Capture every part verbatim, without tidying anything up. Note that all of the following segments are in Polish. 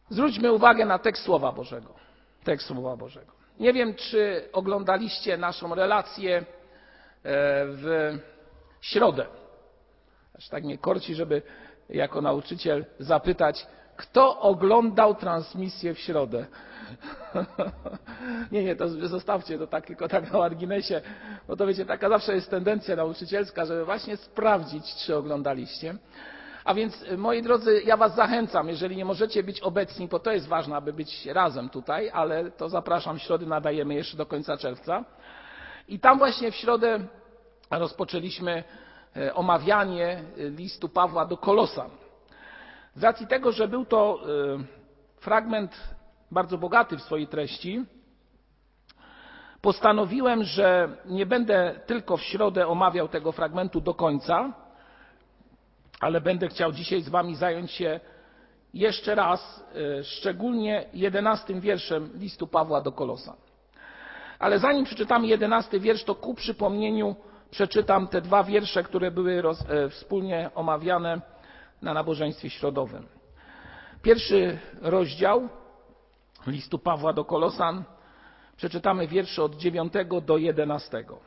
Zwróćmy uwagę na tekst Słowa Bożego. Tekst Słowa Bożego. Nie wiem, czy oglądaliście naszą relację w środę. Aż tak mnie korci, żeby jako nauczyciel zapytać, kto oglądał transmisję w środę? nie, nie, to zostawcie to tak, tylko tak na marginesie, bo to wiecie, taka zawsze jest tendencja nauczycielska, żeby właśnie sprawdzić, czy oglądaliście. A więc, moi drodzy, ja was zachęcam, jeżeli nie możecie być obecni, bo to jest ważne, aby być razem tutaj, ale to zapraszam, środy nadajemy jeszcze do końca czerwca. I tam właśnie w środę rozpoczęliśmy omawianie listu Pawła do Kolosan. Z racji tego, że był to fragment bardzo bogaty w swojej treści, postanowiłem, że nie będę tylko w środę omawiał tego fragmentu do końca, ale będę chciał dzisiaj z wami zająć się jeszcze raz, szczególnie jedenastym wierszem listu Pawła do Kolosan. Ale zanim przeczytamy jedenasty wiersz, to ku przypomnieniu przeczytam te dwa wiersze, które były roz, e, wspólnie omawiane na nabożeństwie środowym. Pierwszy rozdział listu Pawła do Kolosan, przeczytamy wiersze od dziewiątego do jedenastego.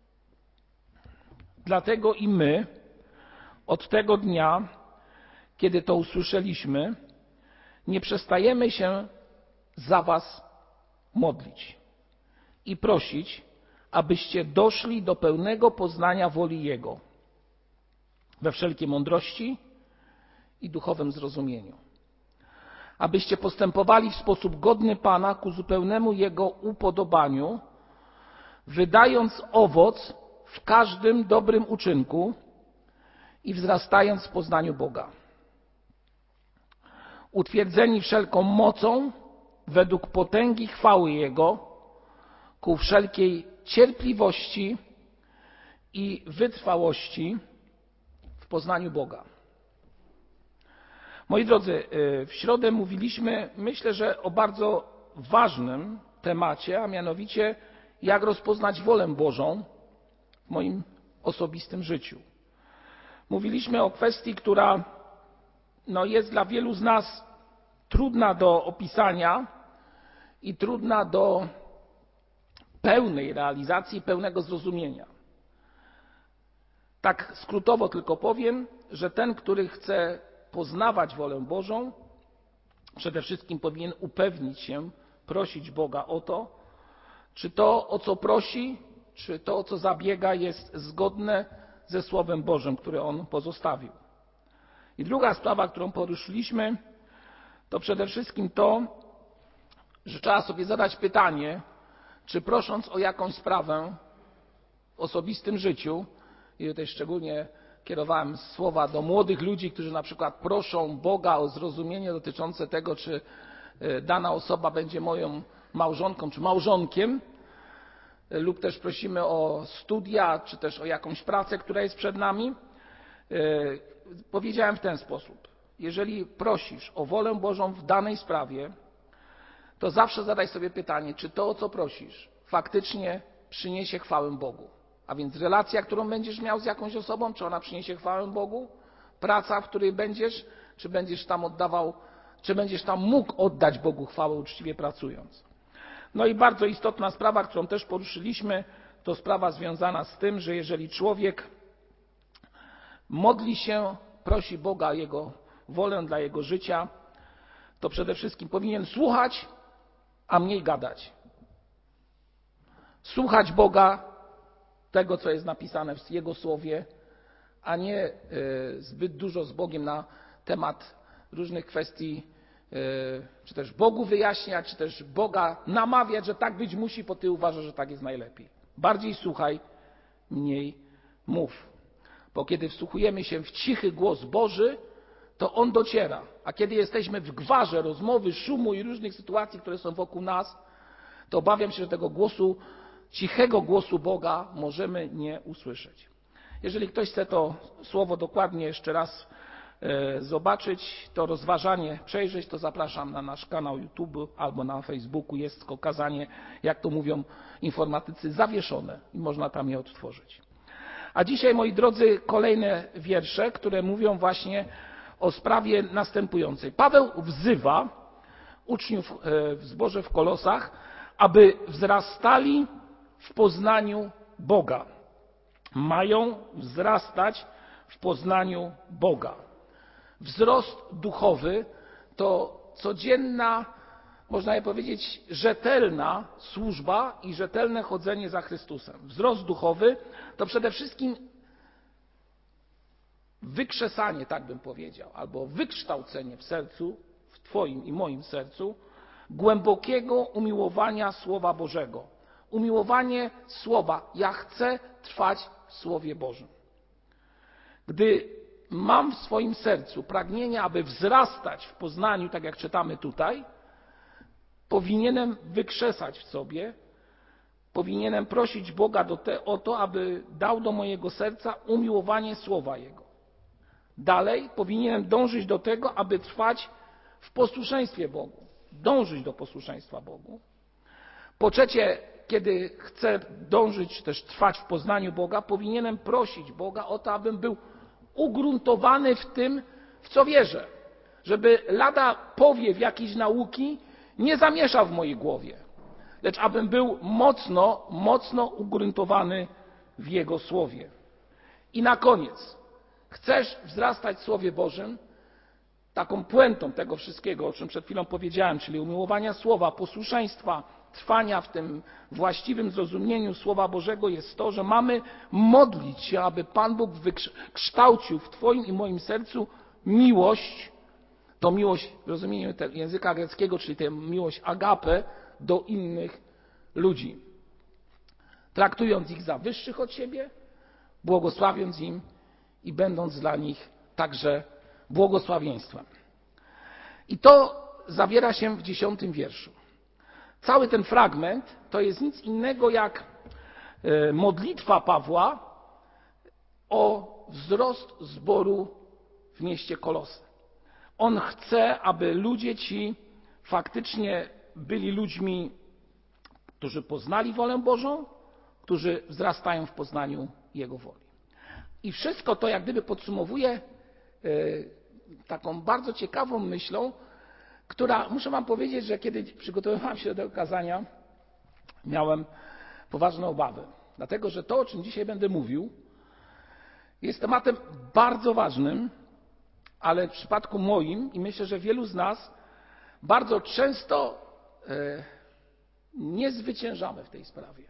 Dlatego i my od tego dnia, kiedy to usłyszeliśmy, nie przestajemy się za was modlić i prosić, abyście doszli do pełnego poznania woli Jego we wszelkiej mądrości i duchowym zrozumieniu. Abyście postępowali w sposób godny Pana ku zupełnemu Jego upodobaniu, wydając owoc w każdym dobrym uczynku i wzrastając w poznaniu Boga. Utwierdzeni wszelką mocą według potęgi chwały Jego, ku wszelkiej cierpliwości i wytrwałości w poznaniu Boga. Moi drodzy, w środę mówiliśmy, myślę, że o bardzo ważnym temacie, a mianowicie jak rozpoznać wolę Bożą w moim osobistym życiu. Mówiliśmy o kwestii, która no, jest dla wielu z nas trudna do opisania i trudna do pełnej realizacji, pełnego zrozumienia. Tak skrótowo tylko powiem, że ten, który chce poznawać wolę Bożą, przede wszystkim powinien upewnić się, prosić Boga o to, czy to, o co prosi, czy to, o co zabiega, jest zgodne ze Słowem Bożym, które On pozostawił. I druga sprawa, którą poruszyliśmy, to przede wszystkim to, że trzeba sobie zadać pytanie, czy prosząc o jakąś sprawę w osobistym życiu, i tutaj szczególnie kierowałem słowa do młodych ludzi, którzy na przykład proszą Boga o zrozumienie dotyczące tego, czy dana osoba będzie moją małżonką czy małżonkiem, lub też prosimy o studia, czy też o jakąś pracę, która jest przed nami. Powiedziałem w ten sposób. Jeżeli prosisz o wolę Bożą w danej sprawie, to zawsze zadaj sobie pytanie, czy to, o co prosisz, faktycznie przyniesie chwałę Bogu. A więc relacja, którą będziesz miał z jakąś osobą, czy ona przyniesie chwałę Bogu? Praca, w której będziesz, czy będziesz tam oddawał, czy będziesz tam mógł oddać Bogu chwałę uczciwie pracując. No i bardzo istotna sprawa, którą też poruszyliśmy, to sprawa związana z tym, że jeżeli człowiek modli się, prosi Boga o Jego wolę dla jego życia, to przede wszystkim powinien słuchać, a mniej gadać. Słuchać Boga, tego, co jest napisane w Jego Słowie, a nie zbyt dużo z Bogiem na temat różnych kwestii, czy też Bogu wyjaśniać, czy też Boga namawiać, że tak być musi, bo Ty uważasz, że tak jest najlepiej. Bardziej słuchaj, mniej mów. Bo kiedy wsłuchujemy się w cichy głos Boży, to On dociera. A kiedy jesteśmy w gwarze rozmowy, szumu i różnych sytuacji, które są wokół nas, to obawiam się, że tego głosu, cichego głosu Boga możemy nie usłyszeć. Jeżeli ktoś chce to słowo dokładnie jeszcze raz e, zobaczyć, to rozważanie przejrzeć, to zapraszam na nasz kanał YouTube albo na Facebooku. Jest to kazanie, jak to mówią informatycy, zawieszone i można tam je odtworzyć. A dzisiaj, moi drodzy, kolejne wiersze, które mówią właśnie o sprawie następującej. Paweł wzywa uczniów w zborze w Kolosach, aby wzrastali w poznaniu Boga. Mają wzrastać w poznaniu Boga. Wzrost duchowy to codzienna, można je powiedzieć, rzetelna służba i rzetelne chodzenie za Chrystusem. Wzrost duchowy to przede wszystkim wykrzesanie, tak bym powiedział, albo wykształcenie w sercu, w Twoim i moim sercu, głębokiego umiłowania Słowa Bożego. Umiłowanie Słowa. Ja chcę trwać w Słowie Bożym. Gdy mam w swoim sercu pragnienie, aby wzrastać w poznaniu, tak jak czytamy tutaj, powinienem wykrzesać w sobie, powinienem prosić Boga do te, o to, aby dał do mojego serca umiłowanie Słowa Jego. Dalej powinienem dążyć do tego, aby trwać w posłuszeństwie Bogu. Dążyć do posłuszeństwa Bogu. Po trzecie, kiedy chcę dążyć, czy też trwać w poznaniu Boga, powinienem prosić Boga o to, abym był ugruntowany w tym, w co wierzę. Żeby lada powiew jakiejś nauki nie zamieszał w mojej głowie, lecz abym był mocno, mocno ugruntowany w Jego Słowie. I na koniec, chcesz wzrastać w Słowie Bożym? Taką puentą tego wszystkiego, o czym przed chwilą powiedziałem, czyli umiłowania Słowa, posłuszeństwa, trwania w tym właściwym zrozumieniu Słowa Bożego jest to, że mamy modlić się, aby Pan Bóg wykształcił w Twoim i moim sercu miłość, to miłość w rozumieniu języka greckiego, czyli tę miłość agape do innych ludzi. Traktując ich za wyższych od siebie, błogosławiąc im i będąc dla nich także błogosławieństwem. I to zawiera się w dziesiątym wierszu. Cały ten fragment to jest nic innego jak modlitwa Pawła o wzrost zboru w mieście Kolosy. On chce, aby ludzie ci faktycznie byli ludźmi, którzy poznali wolę Bożą, którzy wzrastają w poznaniu Jego woli. I wszystko to jak gdyby podsumowuje taką bardzo ciekawą myślą, która, muszę wam powiedzieć, że kiedy przygotowywałem się do tego kazania, miałem poważne obawy. Dlatego, że to, o czym dzisiaj będę mówił, jest tematem bardzo ważnym, ale w przypadku moim i myślę, że wielu z nas bardzo często nie zwyciężamy w tej sprawie.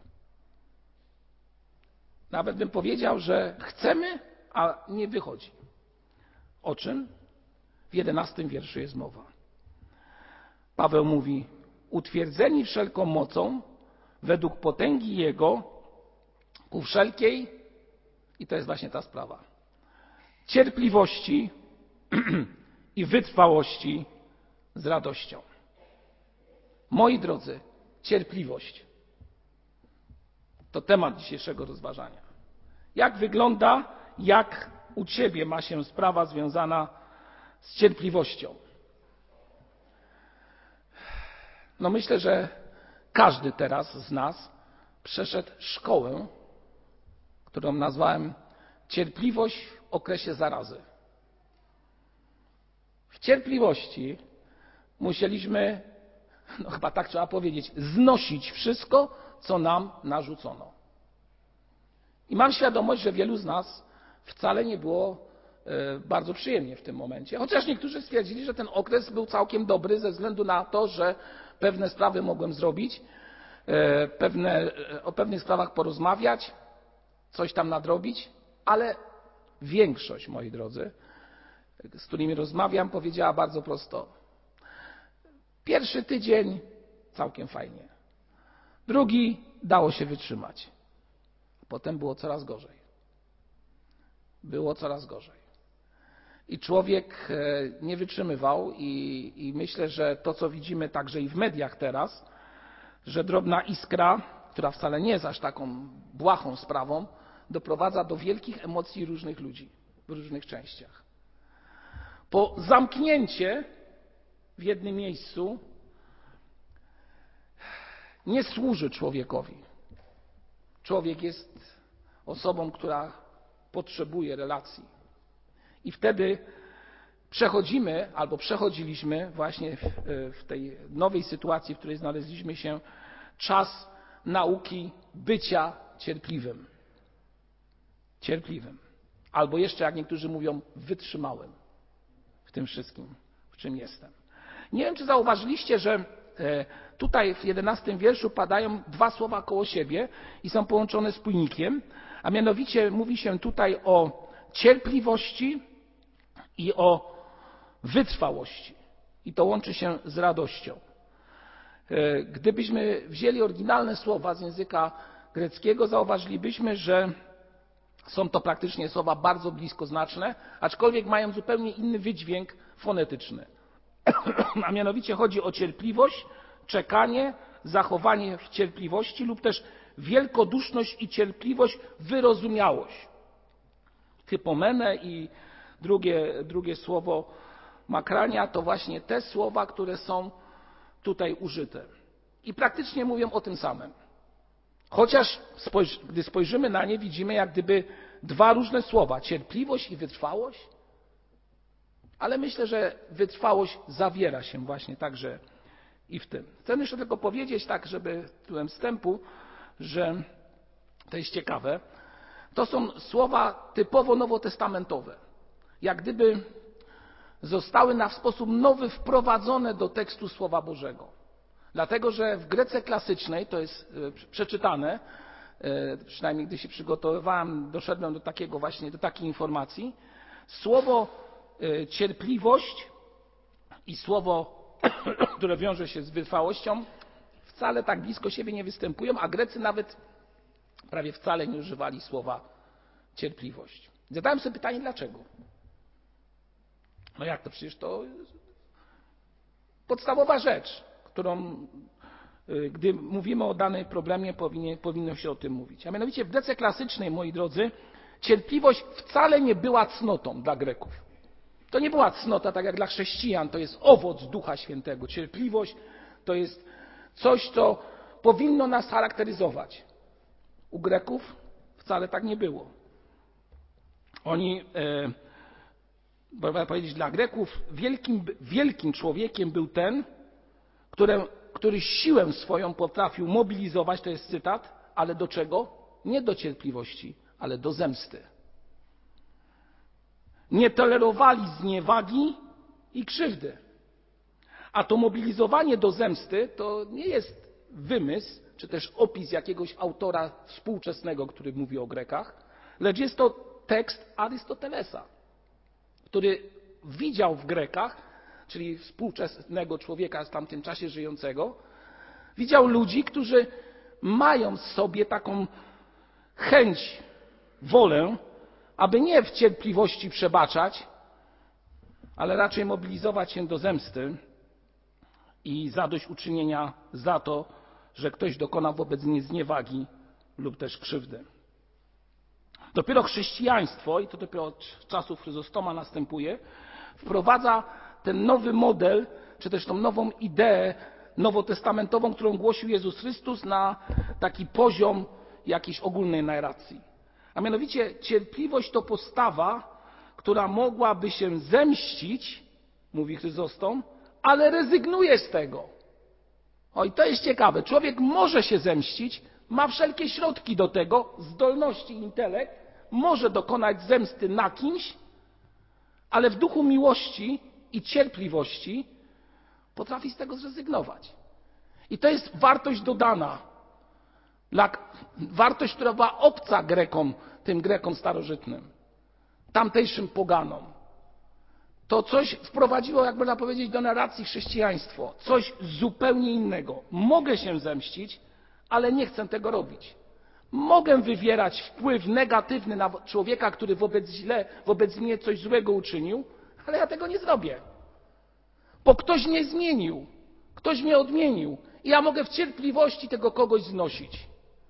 Nawet bym powiedział, że chcemy, a nie wychodzi. O czym? W jedenastym wierszu jest mowa. Paweł mówi: utwierdzeni wszelką mocą, według potęgi Jego, ku wszelkiej, i to jest właśnie ta sprawa, cierpliwości i wytrwałości z radością. Moi drodzy, cierpliwość to temat dzisiejszego rozważania. Jak wygląda, jak u Ciebie ma się sprawa związana z cierpliwością? No myślę, że każdy teraz z nas przeszedł szkołę, którą nazwałem cierpliwość w okresie zarazy. W cierpliwości musieliśmy, no chyba tak trzeba powiedzieć, znosić wszystko, co nam narzucono. I mam świadomość, że wielu z nas wcale nie było bardzo przyjemnie w tym momencie. Chociaż niektórzy stwierdzili, że ten okres był całkiem dobry ze względu na to, że pewne sprawy mogłem zrobić, pewne, o pewnych sprawach porozmawiać, coś tam nadrobić, ale większość, moi drodzy, z którymi rozmawiam, powiedziała bardzo prosto. Pierwszy tydzień całkiem fajnie. Drugi dało się wytrzymać. Potem było coraz gorzej. Było coraz gorzej. I człowiek nie wytrzymywał i, i myślę, że to, co widzimy także i w mediach teraz, że drobna iskra, która wcale nie jest aż taką błahą sprawą, doprowadza do wielkich emocji różnych ludzi w różnych częściach. Po zamknięcie w jednym miejscu nie służy człowiekowi. Człowiek jest osobą, która potrzebuje relacji. I wtedy przechodzimy albo przechodziliśmy właśnie w, w tej nowej sytuacji, w której znaleźliśmy się, czas nauki bycia cierpliwym. Cierpliwym. Albo jeszcze, jak niektórzy mówią, wytrzymałym w tym wszystkim, w czym jestem. Nie wiem, czy zauważyliście, że tutaj w jedenastym wierszu padają dwa słowa koło siebie i są połączone spójnikiem, a mianowicie mówi się tutaj o cierpliwości i o wytrwałości. I to łączy się z radością. Gdybyśmy wzięli oryginalne słowa z języka greckiego, zauważylibyśmy, że są to praktycznie słowa bardzo bliskoznaczne, aczkolwiek mają zupełnie inny wydźwięk fonetyczny. A mianowicie chodzi o cierpliwość, czekanie, zachowanie w cierpliwości lub też wielkoduszność i cierpliwość, wyrozumiałość. Hypomene i drugie, drugie słowo makrania to właśnie te słowa, które są tutaj użyte. I praktycznie mówią o tym samym. Chociaż spojrzy, gdy spojrzymy na nie, widzimy jak gdyby dwa różne słowa, cierpliwość i wytrwałość. Ale myślę, że wytrwałość zawiera się właśnie także i w tym. Chcę jeszcze tylko powiedzieć, tak żeby tytułem wstępu, że to jest ciekawe. To są słowa typowo nowotestamentowe. Jak gdyby zostały na sposób nowy wprowadzone do tekstu Słowa Bożego. Dlatego, że w Grece klasycznej, to jest przeczytane, przynajmniej gdy się przygotowywałem, doszedłem do takiego właśnie, do takiej informacji, słowo cierpliwość i słowo, które wiąże się z wytrwałością, wcale tak blisko siebie nie występują, a Grecy nawet prawie wcale nie używali słowa cierpliwość. Zadałem sobie pytanie, dlaczego? No jak to? Przecież to podstawowa rzecz, którą, gdy mówimy o danym problemie, powinien, powinno się o tym mówić. A mianowicie w Grece klasycznej, moi drodzy, cierpliwość wcale nie była cnotą dla Greków. To nie była cnota, tak jak dla chrześcijan, to jest owoc Ducha Świętego. Cierpliwość to jest coś, co powinno nas charakteryzować. U Greków wcale tak nie było. Oni, e, można powiedzieć, dla Greków wielkim, wielkim człowiekiem był ten, który, który siłę swoją potrafił mobilizować, to jest cytat, ale do czego? Nie do cierpliwości, ale do zemsty. Nie tolerowali zniewagi i krzywdy. A to mobilizowanie do zemsty to nie jest wymysł, czy też opis jakiegoś autora współczesnego, który mówi o Grekach, lecz jest to tekst Arystotelesa, który widział w Grekach, czyli współczesnego człowieka w tamtym czasie żyjącego, widział ludzi, którzy mają w sobie taką chęć, wolę, aby nie w cierpliwości przebaczać, ale raczej mobilizować się do zemsty i zadośćuczynienia za to, że ktoś dokonał wobec niej zniewagi lub też krzywdy. Dopiero chrześcijaństwo, i to dopiero od czasów Chryzostoma następuje, wprowadza ten nowy model, czy też tą nową ideę nowotestamentową, którą głosił Jezus Chrystus, na taki poziom jakiejś ogólnej narracji. A mianowicie cierpliwość to postawa, która mogłaby się zemścić, mówi Chryzostom, ale rezygnuje z tego. O, i to jest ciekawe. Człowiek może się zemścić, ma wszelkie środki do tego, zdolności, intelekt, może dokonać zemsty na kimś, ale w duchu miłości i cierpliwości potrafi z tego zrezygnować. I to jest wartość dodana. Wartość, która była obca Grekom, tym Grekom starożytnym, tamtejszym poganom. To coś wprowadziło, jak można powiedzieć, do narracji chrześcijaństwo. Coś zupełnie innego. Mogę się zemścić, ale nie chcę tego robić. Mogę wywierać wpływ negatywny na człowieka, który wobec, źle, wobec mnie coś złego uczynił, ale ja tego nie zrobię. Bo ktoś mnie zmienił, ktoś mnie odmienił i ja mogę w cierpliwości tego kogoś znosić.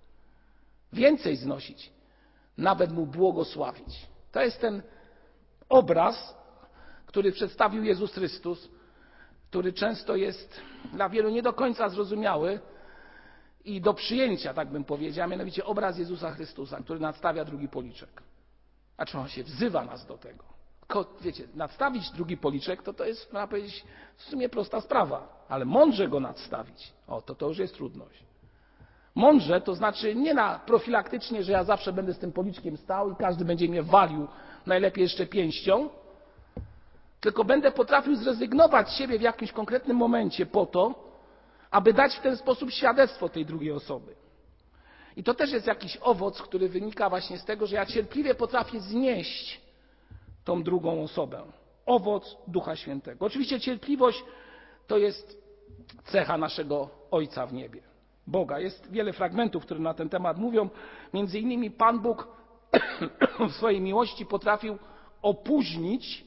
Więcej znosić, nawet mu błogosławić. To jest ten obraz, który przedstawił Jezus Chrystus, który często jest dla wielu nie do końca zrozumiały i do przyjęcia, tak bym powiedział, a mianowicie obraz Jezusa Chrystusa, który nadstawia drugi policzek. A czy on się wzywa nas do tego? wiecie, nadstawić drugi policzek, to to jest, można powiedzieć, w sumie prosta sprawa, ale mądrze go nadstawić, o, to to już jest trudność. Mądrze to znaczy nie na profilaktycznie, że ja zawsze będę z tym policzkiem stał i każdy będzie mnie walił, najlepiej jeszcze pięścią, tylko będę potrafił zrezygnować z siebie w jakimś konkretnym momencie po to, aby dać w ten sposób świadectwo tej drugiej osoby. I to też jest jakiś owoc, który wynika właśnie z tego, że ja cierpliwie potrafię znieść tą drugą osobę. Owoc Ducha Świętego. Oczywiście cierpliwość to jest cecha naszego Ojca w niebie, Boga. Jest wiele fragmentów, które na ten temat mówią. Między innymi Pan Bóg w swojej miłości potrafił opóźnić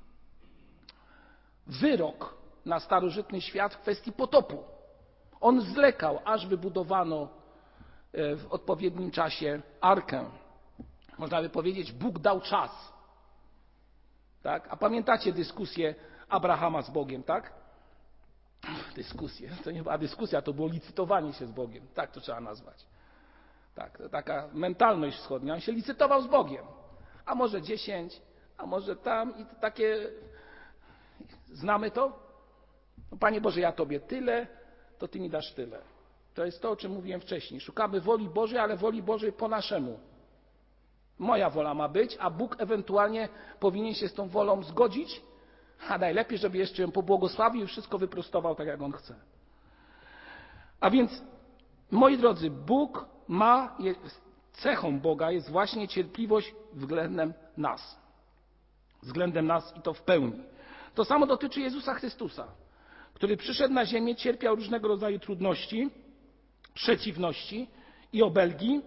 wyrok na starożytny świat w kwestii potopu. On zwlekał, aż wybudowano w odpowiednim czasie arkę. Można by powiedzieć, Bóg dał czas. Tak? A pamiętacie dyskusję Abrahama z Bogiem, tak? Dyskusję. To nie była dyskusja, to było licytowanie się z Bogiem. Tak to trzeba nazwać. Tak, to taka mentalność wschodnia. On się licytował z Bogiem. A może dziesięć, a może tam i to takie... Znamy to? No, Panie Boże, ja Tobie tyle, to Ty mi dasz tyle. To jest to, o czym mówiłem wcześniej. Szukamy woli Bożej, ale woli Bożej po naszemu. Moja wola ma być, a Bóg ewentualnie powinien się z tą wolą zgodzić, a najlepiej, żeby jeszcze ją pobłogosławił i wszystko wyprostował tak, jak On chce. A więc, moi drodzy, Bóg ma, cechą Boga jest właśnie cierpliwość względem nas. Względem nas i to w pełni. To samo dotyczy Jezusa Chrystusa, który przyszedł na ziemię, cierpiał różnego rodzaju trudności, przeciwności i obelgi.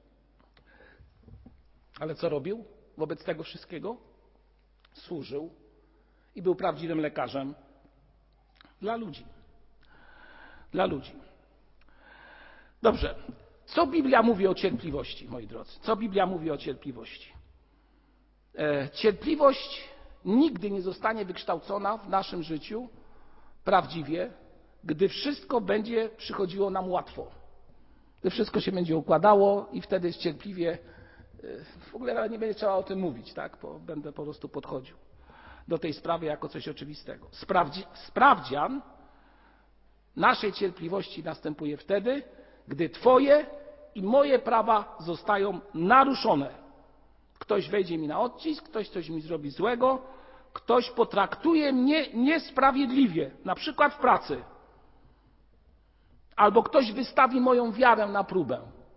Ale co robił wobec tego wszystkiego? Służył i był prawdziwym lekarzem dla ludzi. Dla ludzi. Dobrze. Co Biblia mówi o cierpliwości, moi drodzy? Co Biblia mówi o cierpliwości? E, cierpliwość nigdy nie zostanie wykształcona w naszym życiu prawdziwie, gdy wszystko będzie przychodziło nam łatwo. Gdy wszystko się będzie układało i wtedy cierpliwie, w ogóle nie będzie trzeba o tym mówić, tak? Bo będę po prostu podchodził do tej sprawy jako coś oczywistego. Sprawdzi, sprawdzian naszej cierpliwości następuje wtedy, gdy Twoje i moje prawa zostają naruszone. Ktoś wejdzie mi na odcisk, ktoś coś mi zrobi złego, ktoś potraktuje mnie niesprawiedliwie, na przykład w pracy. Albo ktoś wystawi moją wiarę na próbę.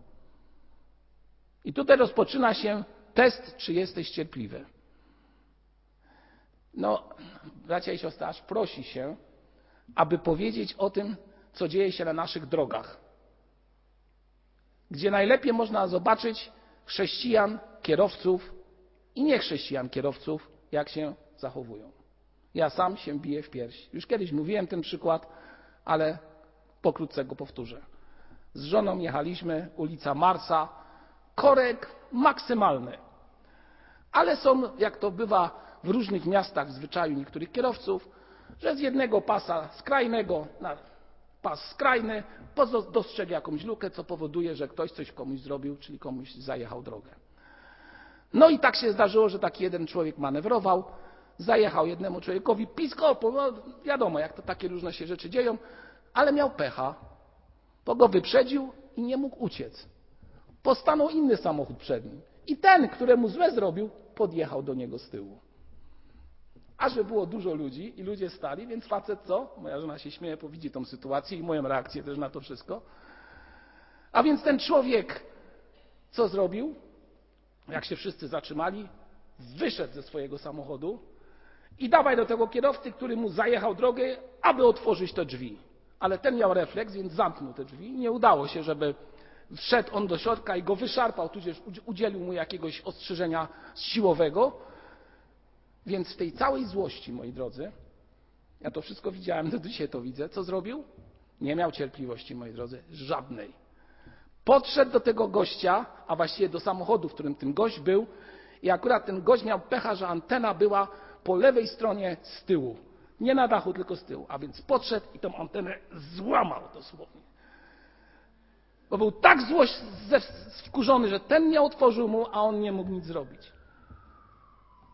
I tutaj rozpoczyna się test, czy jesteś cierpliwy. No, bracia i siostry, aż prosi się, aby powiedzieć o tym, co dzieje się na naszych drogach. Gdzie najlepiej można zobaczyć chrześcijan, kierowców i niechrześcijan kierowców, jak się zachowują. Ja sam się biję w pierś. Już kiedyś mówiłem ten przykład, ale pokrótce go powtórzę. Z żoną jechaliśmy, ulica Marsa, korek maksymalny. Ale są, jak to bywa w różnych miastach w zwyczaju niektórych kierowców, że z jednego pasa skrajnego na pas skrajny dostrzegł jakąś lukę, co powoduje, że ktoś coś komuś zrobił, czyli komuś zajechał drogę. No i tak się zdarzyło, że taki jeden człowiek manewrował, zajechał jednemu człowiekowi, piskał, no wiadomo, jak to takie różne się rzeczy dzieją, ale miał pecha, bo go wyprzedził i nie mógł uciec. Postanął inny samochód przed nim. I ten, któremu złe zrobił, podjechał do niego z tyłu. A że było dużo ludzi i ludzie stali, więc facet co? Moja żona się śmieje, bo widzi tą sytuację i moją reakcję też na to wszystko. A więc ten człowiek co zrobił? Jak się wszyscy zatrzymali, wyszedł ze swojego samochodu i dawaj do tego kierowcy, który mu zajechał drogę, aby otworzyć te drzwi. Ale ten miał refleks, więc zamknął te drzwi. Nie udało się, żeby wszedł on do środka i go wyszarpał, tudzież udzielił mu jakiegoś ostrzeżenia siłowego. Więc w tej całej złości, moi drodzy, ja to wszystko widziałem, do dzisiaj to widzę, co zrobił? Nie miał cierpliwości, moi drodzy, żadnej. Podszedł do tego gościa, a właściwie do samochodu, w którym ten gość był i akurat ten gość miał pecha, że antena była po lewej stronie z tyłu. Nie na dachu, tylko z tyłu. A więc podszedł i tą antenę złamał dosłownie. Bo był tak złość wkurzony, że ten nie otworzył mu, a on nie mógł nic zrobić.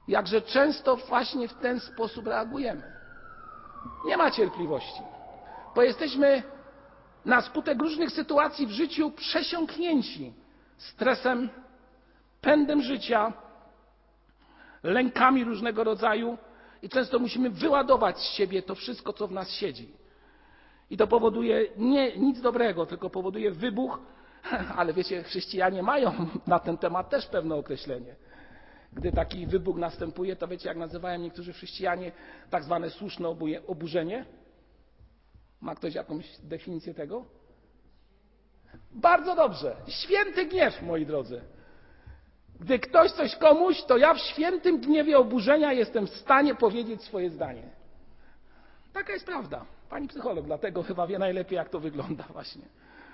Jakże często właśnie w ten sposób reagujemy. Nie ma cierpliwości, bo jesteśmy na skutek różnych sytuacji w życiu przesiąknięci stresem, pędem życia, lękami różnego rodzaju i często musimy wyładować z siebie to wszystko, co w nas siedzi. I to powoduje nie, nic dobrego, tylko powoduje wybuch, ale wiecie, chrześcijanie mają na ten temat też pewne określenie. Gdy taki wybuch następuje, to wiecie, jak nazywają niektórzy chrześcijanie tak zwane słuszne oburzenie? Ma ktoś jakąś definicję tego? Bardzo dobrze. Święty gniew, moi drodzy. Gdy ktoś coś komuś, to ja w świętym gniewie oburzenia jestem w stanie powiedzieć swoje zdanie. Taka jest prawda. Pani psycholog dlatego chyba wie najlepiej, jak to wygląda właśnie.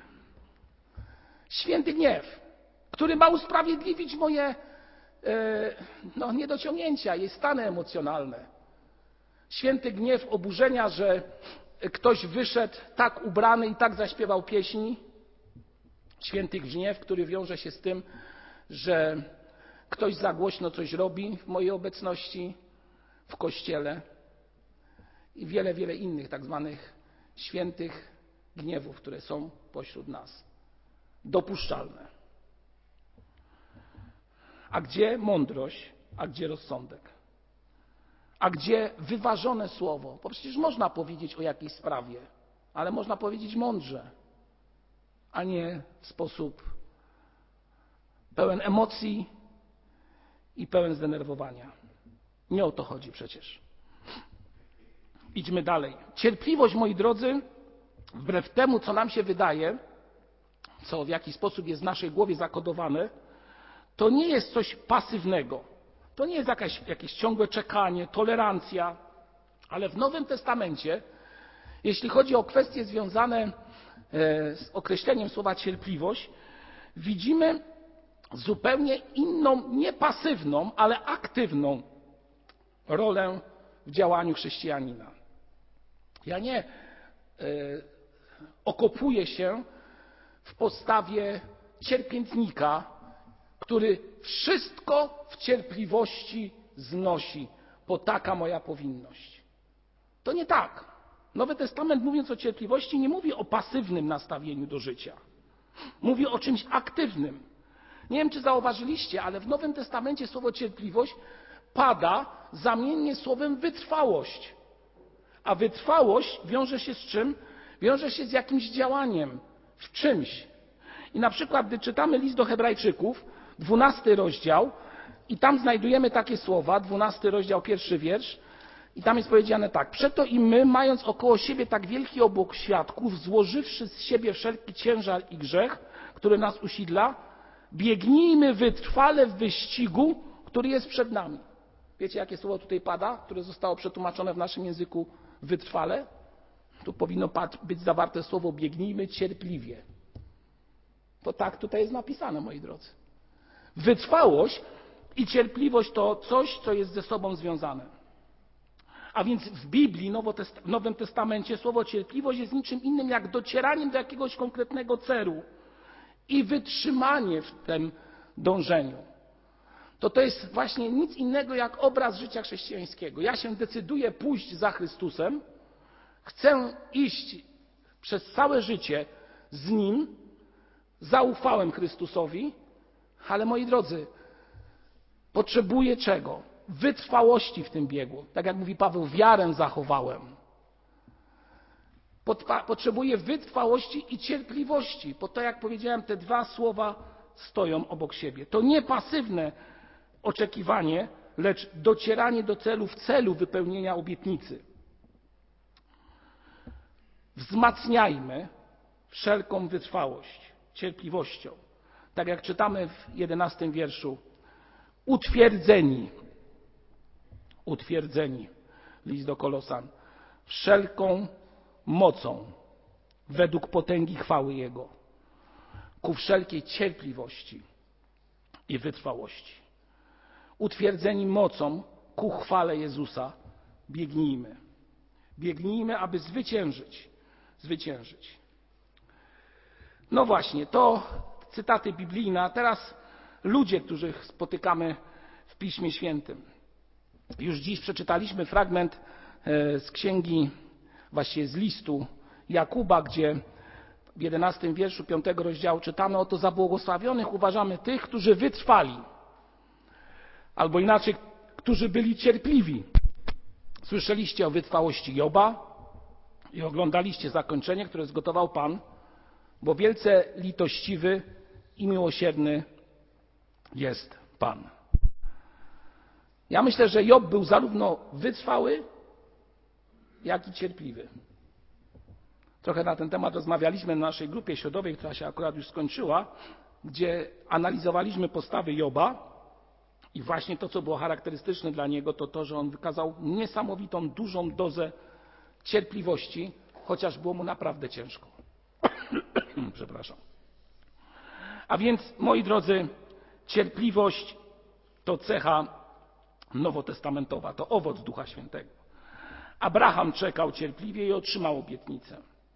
Święty gniew, który ma usprawiedliwić moje no, niedociągnięcia, jej stany emocjonalne. Święty gniew oburzenia, że ktoś wyszedł tak ubrany i tak zaśpiewał pieśni. Święty gniew, który wiąże się z tym, że ktoś za głośno coś robi w mojej obecności w kościele i wiele, wiele innych tak zwanych świętych gniewów, które są pośród nas. Dopuszczalne. A gdzie mądrość, a gdzie rozsądek? A gdzie wyważone słowo? Bo przecież można powiedzieć o jakiejś sprawie, ale można powiedzieć mądrze, a nie w sposób pełen emocji i pełen zdenerwowania. Nie o to chodzi przecież. Idźmy dalej. Cierpliwość, moi drodzy, wbrew temu, co nam się wydaje, co w jakiś sposób jest w naszej głowie zakodowane, to nie jest coś pasywnego. To nie jest jakaś, jakieś ciągłe czekanie, tolerancja, ale w Nowym Testamencie, jeśli chodzi o kwestie związane z określeniem słowa cierpliwość, widzimy zupełnie inną, nie pasywną, ale aktywną rolę w działaniu chrześcijanina. Ja nie y, okopuję się w postawie cierpiętnika, który wszystko w cierpliwości znosi, bo taka moja powinność. To nie tak. Nowy Testament, mówiąc o cierpliwości, nie mówi o pasywnym nastawieniu do życia. Mówi o czymś aktywnym. Nie wiem, czy zauważyliście, ale w Nowym Testamencie słowo cierpliwość pada zamiennie słowem wytrwałość. A wytrwałość wiąże się z czym? Wiąże się z jakimś działaniem, w czymś. I na przykład, gdy czytamy list do Hebrajczyków, dwunasty rozdział, i tam znajdujemy takie słowa, dwunasty rozdział, pierwszy wiersz, i tam jest powiedziane tak. Przeto i my, mając około siebie tak wielki obłok świadków, złożywszy z siebie wszelki ciężar i grzech, który nas usidla, biegnijmy wytrwale w wyścigu, który jest przed nami. Wiecie, jakie słowo tutaj pada, które zostało przetłumaczone w naszym języku wytrwale? Tu powinno być zawarte słowo biegnijmy cierpliwie. To tak tutaj jest napisane, moi drodzy. Wytrwałość i cierpliwość to coś, co jest ze sobą związane. A więc w Biblii, w Nowym Testamencie słowo cierpliwość jest niczym innym jak docieraniem do jakiegoś konkretnego celu i wytrzymanie w tym dążeniu. To to jest właśnie nic innego jak obraz życia chrześcijańskiego. Ja się decyduję pójść za Chrystusem, chcę iść przez całe życie z Nim, zaufałem Chrystusowi, ale moi drodzy, potrzebuję czego? Wytrwałości w tym biegu. Tak jak mówi Paweł, wiarę zachowałem. Potrzebuję wytrwałości i cierpliwości, bo to, jak powiedziałem, te dwa słowa stoją obok siebie. To nie pasywne oczekiwanie, lecz docieranie do celu w celu wypełnienia obietnicy. Wzmacniajmy wszelką wytrwałość cierpliwością. Tak jak czytamy w jedenastym wierszu. Utwierdzeni, utwierdzeni, list do Kolosan, wszelką mocą według potęgi chwały Jego, ku wszelkiej cierpliwości i wytrwałości. Utwierdzeni mocą ku chwale Jezusa, biegnijmy. Biegnijmy, aby zwyciężyć. Zwyciężyć. No właśnie, to cytaty biblijne, a teraz ludzie, których spotykamy w Piśmie Świętym. Już dziś przeczytaliśmy fragment z księgi, właściwie z listu Jakuba, gdzie w jedenastym wierszu piątego rozdziału czytamy: oto za błogosławionych uważamy tych, którzy wytrwali, albo inaczej, którzy byli cierpliwi. Słyszeliście o wytrwałości Joba i oglądaliście zakończenie, które zgotował Pan, bo wielce litościwy i miłosierny jest Pan. Ja myślę, że Job był zarówno wytrwały, jak i cierpliwy. Trochę na ten temat rozmawialiśmy na naszej grupie środowej, która się akurat już skończyła, gdzie analizowaliśmy postawy Joba i właśnie to, co było charakterystyczne dla niego, to to, że on wykazał niesamowitą, dużą dozę cierpliwości, chociaż było mu naprawdę ciężko. Przepraszam. A więc, moi drodzy, cierpliwość to cecha nowotestamentowa, to owoc Ducha Świętego. Abraham czekał cierpliwie i otrzymał obietnicę.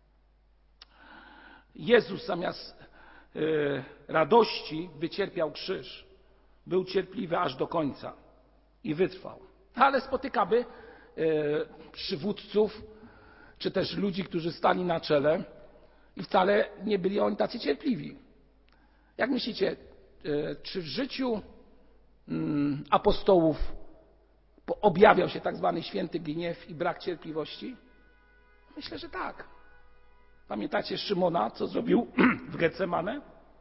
Jezus zamiast y, radości wycierpiał krzyż. Był cierpliwy aż do końca i wytrwał. Ale spotykamy y, przywódców, czy też ludzi, którzy stali na czele i wcale nie byli oni tacy cierpliwi. Jak myślicie, y, czy w życiu y, apostołów objawiał się tak zwany święty gniew i brak cierpliwości? Myślę, że tak. Pamiętacie Szymona, co zrobił w Getsemane?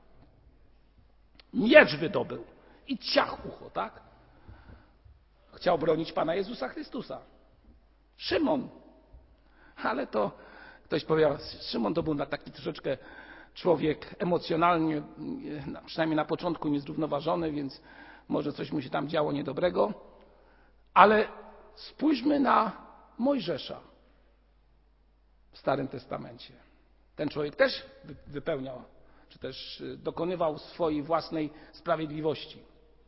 Miecz wydobył i ciach ucho, tak? Chciał bronić Pana Jezusa Chrystusa. Szymon. Ale to ktoś powiedział, Szymon to był taki troszeczkę człowiek emocjonalnie, przynajmniej na początku niezrównoważony, więc może coś mu się tam działo niedobrego. Ale spójrzmy na Mojżesza w Starym Testamencie. Ten człowiek też wypełniał, czy też dokonywał swojej własnej sprawiedliwości.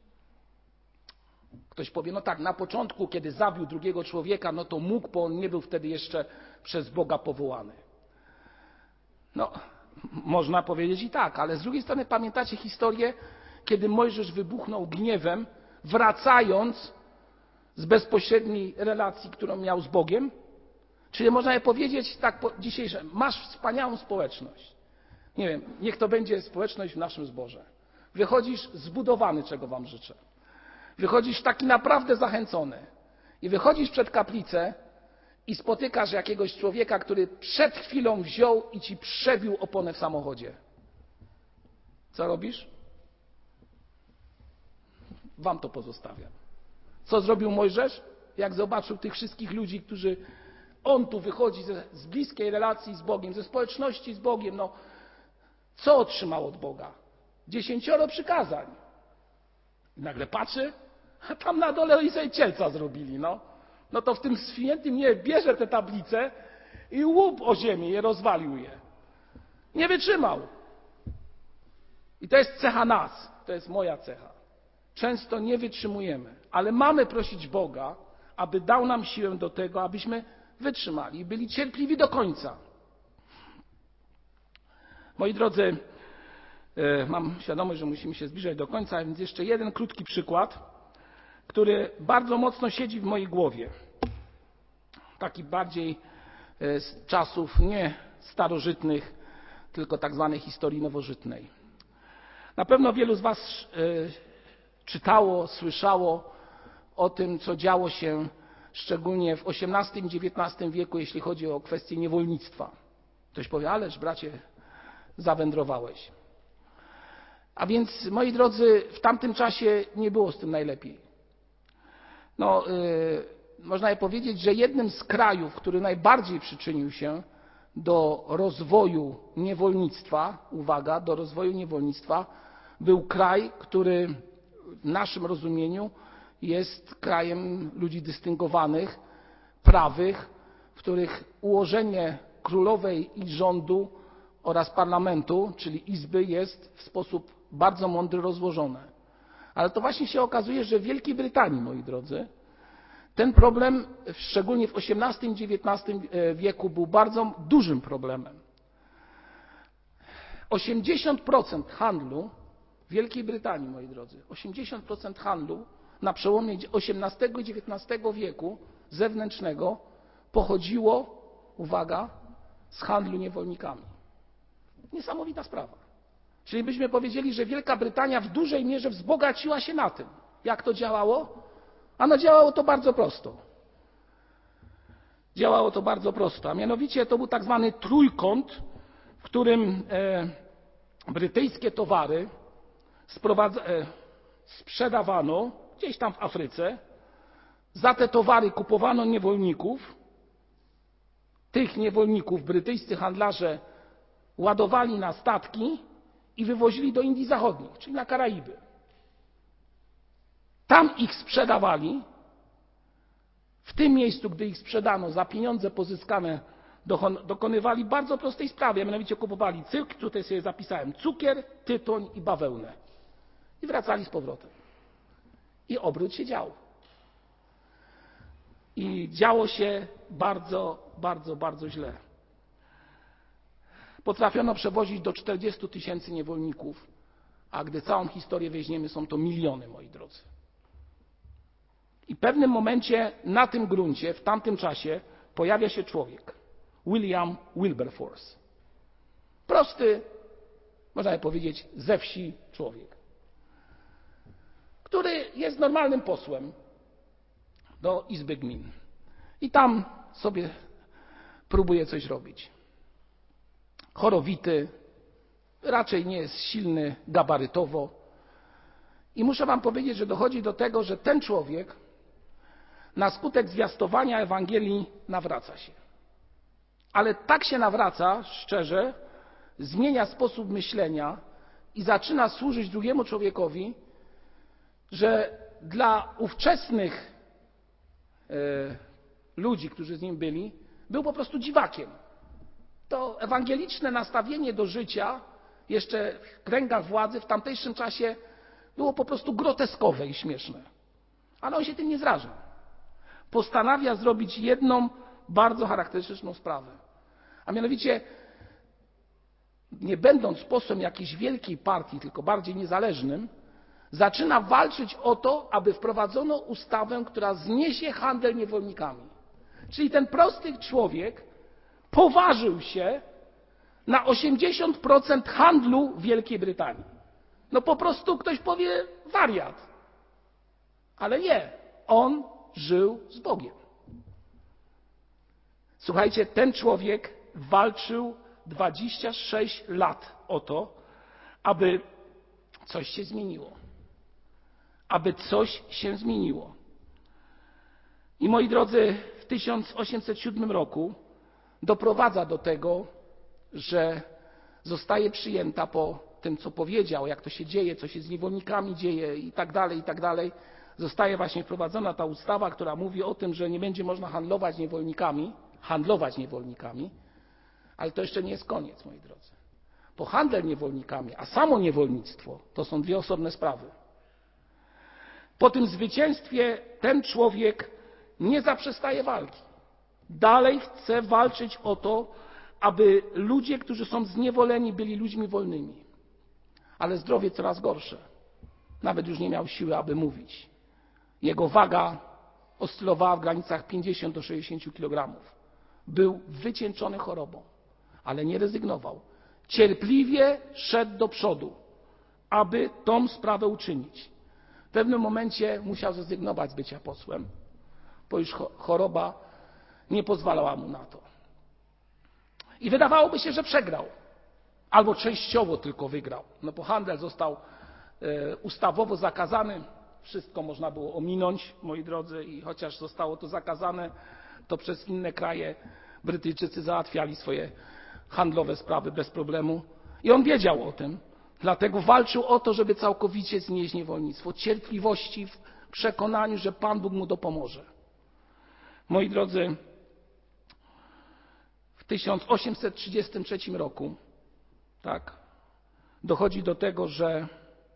Ktoś powie, no tak, na początku, kiedy zabił drugiego człowieka, no to mógł, bo on nie był wtedy jeszcze przez Boga powołany. No, można powiedzieć i tak, ale z drugiej strony pamiętacie historię, kiedy Mojżesz wybuchnął gniewem, wracając z bezpośredniej relacji, którą miał z Bogiem? Czyli można powiedzieć tak dzisiaj, że masz wspaniałą społeczność. Nie wiem, niech to będzie społeczność w naszym zborze. Wychodzisz zbudowany, czego wam życzę. Wychodzisz taki naprawdę zachęcony. I wychodzisz przed kaplicę i spotykasz jakiegoś człowieka, który przed chwilą wziął i ci przebił oponę w samochodzie. Co robisz? Wam to pozostawiam. Co zrobił Mojżesz? Jak zobaczył tych wszystkich ludzi, którzy... On tu wychodzi ze, z bliskiej relacji z Bogiem, ze społeczności z Bogiem. No, co otrzymał od Boga? Dziesięcioro przykazań. I nagle patrzy, a tam na dole oni sobie cielca zrobili. No, no to w tym świętym nie bierze te tablice i łup o ziemię je rozwalił je. Nie wytrzymał. I to jest cecha nas, to jest moja cecha. Często nie wytrzymujemy, ale mamy prosić Boga, aby dał nam siłę do tego, abyśmy wytrzymali i byli cierpliwi do końca. Moi drodzy, mam świadomość, że musimy się zbliżać do końca, więc jeszcze jeden krótki przykład, który bardzo mocno siedzi w mojej głowie. Taki bardziej z czasów nie starożytnych, tylko tak zwanej historii nowożytnej. Na pewno wielu z was czytało, słyszało o tym, co działo się szczególnie w osiemnastym i dziewiętnastym wieku, jeśli chodzi o kwestię niewolnictwa. Ktoś powie, ależ bracie, zawędrowałeś. A więc, moi drodzy, w tamtym czasie nie było z tym najlepiej. No, yy, można powiedzieć, że jednym z krajów, który najbardziej przyczynił się do rozwoju niewolnictwa, uwaga, do rozwoju niewolnictwa, był kraj, który w naszym rozumieniu jest krajem ludzi dystyngowanych, prawych, w których ułożenie królowej i rządu oraz parlamentu, czyli izby, jest w sposób bardzo mądry rozłożone. Ale to właśnie się okazuje, że w Wielkiej Brytanii, moi drodzy, ten problem, szczególnie w osiemnastym i dziewiętnastym wieku, był bardzo dużym problemem. osiemdziesiąt procent handlu w Wielkiej Brytanii, moi drodzy, osiemdziesiąt procent handlu na przełomie osiemnastego i dziewiętnastego wieku zewnętrznego pochodziło, uwaga, z handlu niewolnikami. Niesamowita sprawa. Czyli byśmy powiedzieli, że Wielka Brytania w dużej mierze wzbogaciła się na tym. Jak to działało? Ano działało to bardzo prosto. Działało to bardzo prosto, a mianowicie to był tak zwany trójkąt, w którym e, brytyjskie towary e, sprzedawano gdzieś tam w Afryce. Za te towary kupowano niewolników. Tych niewolników brytyjscy handlarze ładowali na statki i wywozili do Indii Zachodnich, czyli na Karaiby. Tam ich sprzedawali. W tym miejscu, gdy ich sprzedano, za pieniądze pozyskane dokonywali bardzo prostej sprawy, a mianowicie kupowali cyrk, tutaj sobie zapisałem, cukier, tytoń i bawełnę. I wracali z powrotem. I obrót się dział. I działo się bardzo, bardzo, bardzo źle. Potrafiono przewozić do czterdziestu tysięcy niewolników, a gdy całą historię weźmiemy, są to miliony, moi drodzy. I w pewnym momencie na tym gruncie, w tamtym czasie, pojawia się człowiek, William Wilberforce. Prosty, można by powiedzieć, ze wsi człowiek, który jest normalnym posłem do Izby Gmin. I tam sobie próbuje coś robić. Chorowity, raczej nie jest silny gabarytowo. I muszę wam powiedzieć, że dochodzi do tego, że ten człowiek na skutek zwiastowania Ewangelii nawraca się. Ale tak się nawraca, szczerze, zmienia sposób myślenia i zaczyna służyć drugiemu człowiekowi, że dla ówczesnych e, ludzi, którzy z nim byli, był po prostu dziwakiem. To ewangeliczne nastawienie do życia, jeszcze w kręgach władzy, w tamtejszym czasie było po prostu groteskowe i śmieszne. Ale on się tym nie zraża. Postanawia zrobić jedną bardzo charakterystyczną sprawę. A mianowicie, nie będąc posłem jakiejś wielkiej partii, tylko bardziej niezależnym, zaczyna walczyć o to, aby wprowadzono ustawę, która zniesie handel niewolnikami. Czyli ten prosty człowiek poważył się na osiemdziesiąt procent handlu w Wielkiej Brytanii. No po prostu ktoś powie wariat. Ale nie. On żył z Bogiem. Słuchajcie, ten człowiek walczył dwadzieścia sześć lat o to, aby coś się zmieniło. Aby coś się zmieniło. I moi drodzy, w tysiąc osiemset siódmym roku doprowadza do tego, że zostaje przyjęta po tym, co powiedział, jak to się dzieje, co się z niewolnikami dzieje i tak dalej, i tak dalej. Zostaje właśnie wprowadzona ta ustawa, która mówi o tym, że nie będzie można handlować niewolnikami, handlować niewolnikami, ale to jeszcze nie jest koniec, moi drodzy. Bo handel niewolnikami, a samo niewolnictwo to są dwie osobne sprawy. Po tym zwycięstwie ten człowiek nie zaprzestaje walki. Dalej chce walczyć o to, aby ludzie, którzy są zniewoleni, byli ludźmi wolnymi. Ale zdrowie coraz gorsze. Nawet już nie miał siły, aby mówić. Jego waga oscylowała w granicach pięćdziesiąt do sześćdziesięciu kilogramów. Był wycieńczony chorobą, ale nie rezygnował. Cierpliwie szedł do przodu, aby tą sprawę uczynić. W pewnym momencie musiał zrezygnować z bycia posłem, bo już choroba nie pozwalała mu na to. I wydawałoby się, że przegrał. Albo częściowo tylko wygrał. No bo handel został e, ustawowo zakazany. Wszystko można było ominąć, moi drodzy, i chociaż zostało to zakazane, to przez inne kraje Brytyjczycy załatwiali swoje handlowe sprawy bez problemu. I on wiedział o tym. Dlatego walczył o to, żeby całkowicie znieść niewolnictwo. Cierpliwości w przekonaniu, że Pan Bóg mu dopomoże. Moi drodzy, w tysiąc osiemset trzydziestym trzecim roku tak, dochodzi do tego, że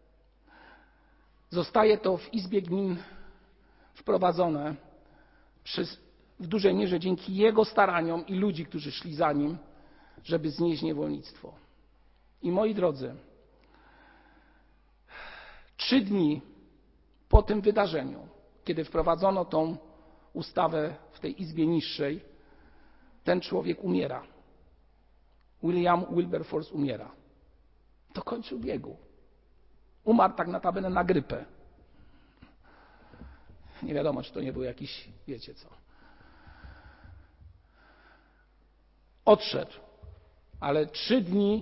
zostaje to w Izbie Gmin wprowadzone przez, w dużej mierze dzięki jego staraniom i ludzi, którzy szli za nim, żeby znieść niewolnictwo. I moi drodzy, trzy dni po tym wydarzeniu, kiedy wprowadzono tą ustawę w tej izbie niższej, ten człowiek umiera. William Wilberforce umiera. Dokończył biegu. Umarł tak notabene na grypę. Nie wiadomo, czy to nie był jakiś, wiecie co. Odszedł, ale trzy dni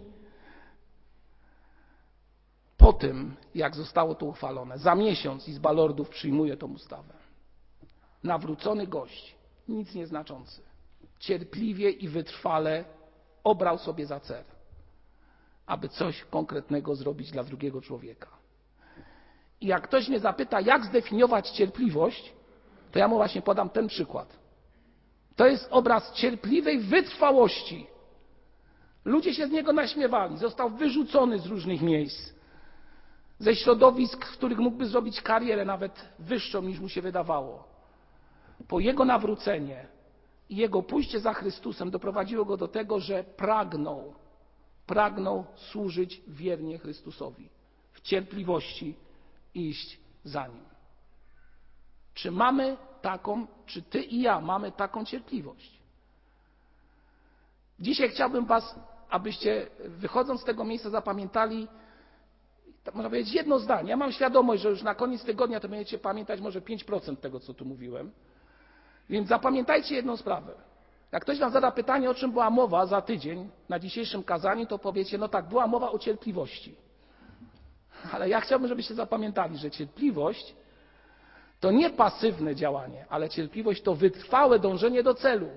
po tym, jak zostało to uchwalone, za miesiąc Izba Lordów przyjmuje tą ustawę. Nawrócony gość, nic nieznaczący, cierpliwie i wytrwale obrał sobie za cel, aby coś konkretnego zrobić dla drugiego człowieka. I jak ktoś mnie zapyta, jak zdefiniować cierpliwość, to ja mu właśnie podam ten przykład. To jest obraz cierpliwej wytrwałości. Ludzie się z niego naśmiewali. Został wyrzucony z różnych miejsc, ze środowisk, w których mógłby zrobić karierę nawet wyższą niż mu się wydawało. Po jego nawrócenie i jego pójście za Chrystusem doprowadziło go do tego, że pragnął, pragnął służyć wiernie Chrystusowi, w cierpliwości iść za Nim. Czy mamy taką, czy ty i ja mamy taką cierpliwość? Dzisiaj chciałbym was, abyście wychodząc z tego miejsca zapamiętali, tak można powiedzieć, jedno zdanie. Ja mam świadomość, że już na koniec tygodnia to będziecie pamiętać może pięć procent tego, co tu mówiłem. Więc zapamiętajcie jedną sprawę. Jak ktoś wam zada pytanie, o czym była mowa za tydzień na dzisiejszym kazaniu, to powiecie, no tak, była mowa o cierpliwości. Ale ja chciałbym, żebyście zapamiętali, że cierpliwość to nie pasywne działanie, ale cierpliwość to wytrwałe dążenie do celu.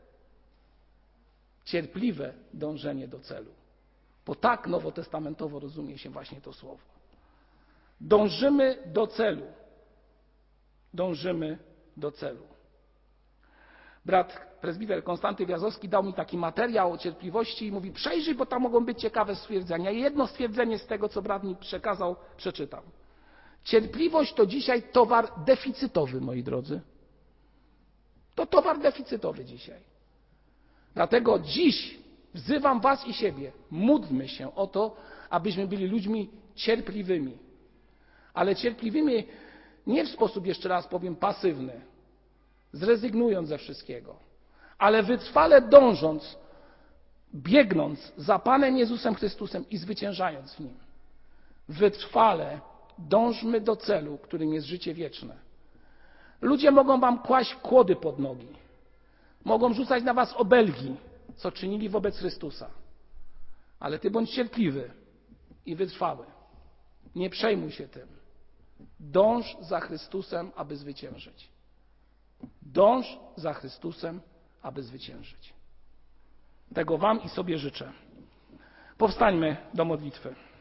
Cierpliwe dążenie do celu. Bo tak nowotestamentowo rozumie się właśnie to słowo. Dążymy do celu. Dążymy do celu. Brat prezbiter Konstanty Wiazowski dał mi taki materiał o cierpliwości i mówi, przejrzyj, bo tam mogą być ciekawe stwierdzenia. I jedno stwierdzenie z tego, co brat mi przekazał, przeczytam. Cierpliwość to dzisiaj towar deficytowy, moi drodzy. To towar deficytowy dzisiaj. Dlatego dziś wzywam was i siebie, módlmy się o to, abyśmy byli ludźmi cierpliwymi. Ale cierpliwymi nie w sposób, jeszcze raz powiem, pasywny, zrezygnując ze wszystkiego, ale wytrwale dążąc, biegnąc za Panem Jezusem Chrystusem i zwyciężając w Nim. Wytrwale dążmy do celu, którym jest życie wieczne. Ludzie mogą wam kłaść kłody pod nogi. Mogą rzucać na was obelgi, co czynili wobec Chrystusa. Ale ty bądź cierpliwy i wytrwały. Nie przejmuj się tym. Dąż za Chrystusem, aby zwyciężyć. Dąż za Chrystusem, aby zwyciężyć. Tego wam i sobie życzę. Powstańmy do modlitwy.